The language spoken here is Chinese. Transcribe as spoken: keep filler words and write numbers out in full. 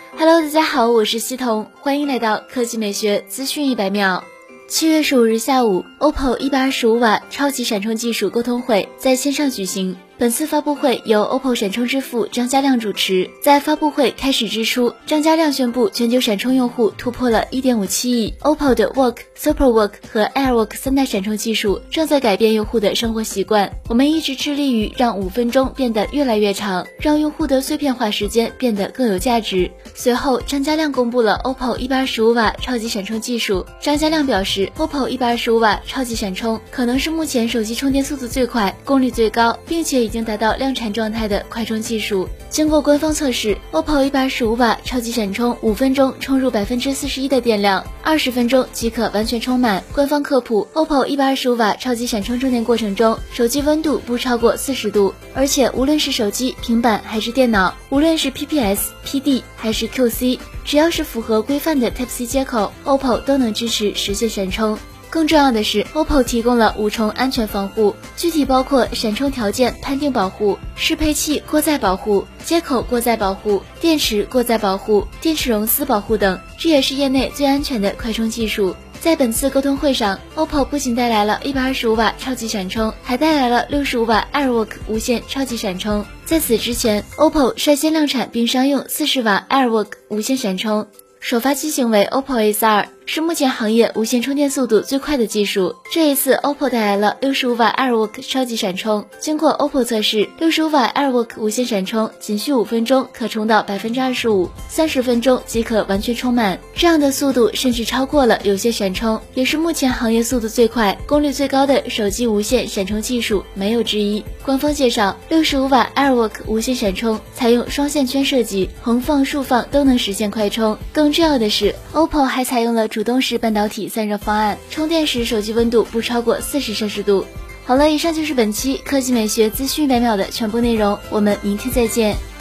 Hello， 大家好，我是西彤，欢迎来到科技美学资讯一百秒。七月十五日下午 ，O P P O 一百二十五瓦超级闪充技术沟通会在线上举行。本次发布会由 O P P O 闪充之父张家亮主持。在发布会开始之初，张家亮宣布全球闪充用户突破了 一点五七亿。O P P O 的 Work、SuperWork 和 AirWork 三代闪充技术正在改变用户的生活习惯。我们一直致力于让五分钟变得越来越长，让用户的碎片化时间变得更有价值。随后，张家亮公布了 O P P O 一百二十五瓦超级闪充技术。张家亮表示 ，O P P O 一百二十五瓦超级闪充可能是目前手机充电速度最快、功率最高，并且已经达到量产状态的快充技术。经过官方测试 ，O P P O 一百二十五瓦超级闪充五分钟充入百分之四十一的电量，二十分钟即可完全充满。官方科普 ，O P P O 一百二十五瓦超级闪充充电过程中，手机温度不超过四十度，而且无论是手机、平板还是电脑，无论是 P P S、P D 还是 Q C， 只要是符合规范的 Type C 接口 ，O P P O 都能支持实现闪充。更重要的是 ，O P P O 提供了五重安全防护，具体包括闪充条件判定保护、适配器过载保护、接口过载保护、电池过载保护、电池熔丝保护等，这也是业内最安全的快充技术。在本次沟通会上 ，O P P O 不仅带来了一百二十五瓦超级闪充，还带来了六十五瓦 AirWork 无线超级闪充。在此之前 ，O P P O 率先量产并商用四十瓦 AirWork 无线闪充，首发机型为 O P P O A 三二。是目前行业无线充电速度最快的技术。这一次 O P P O 带来了六十五瓦 AirWork 超级闪充，经过 O P P O 测试，六十五瓦 AirWork 无线闪充仅需五分钟可充到 百分之二十五， 三十分钟即可完全充满。这样的速度甚至超过了有线闪充，也是目前行业速度最快、功率最高的手机无线闪充技术，没有之一。官方介绍，六十五瓦 AirWork 无线闪充采用双线圈设计，横放、竖放都能实现快充。更重要的是 ，O P P O 还采用了主动式半导体散热方案，充电时手机温度不超过四十摄氏度。好了，以上就是本期科技美学资讯一百秒的全部内容，我们明天再见。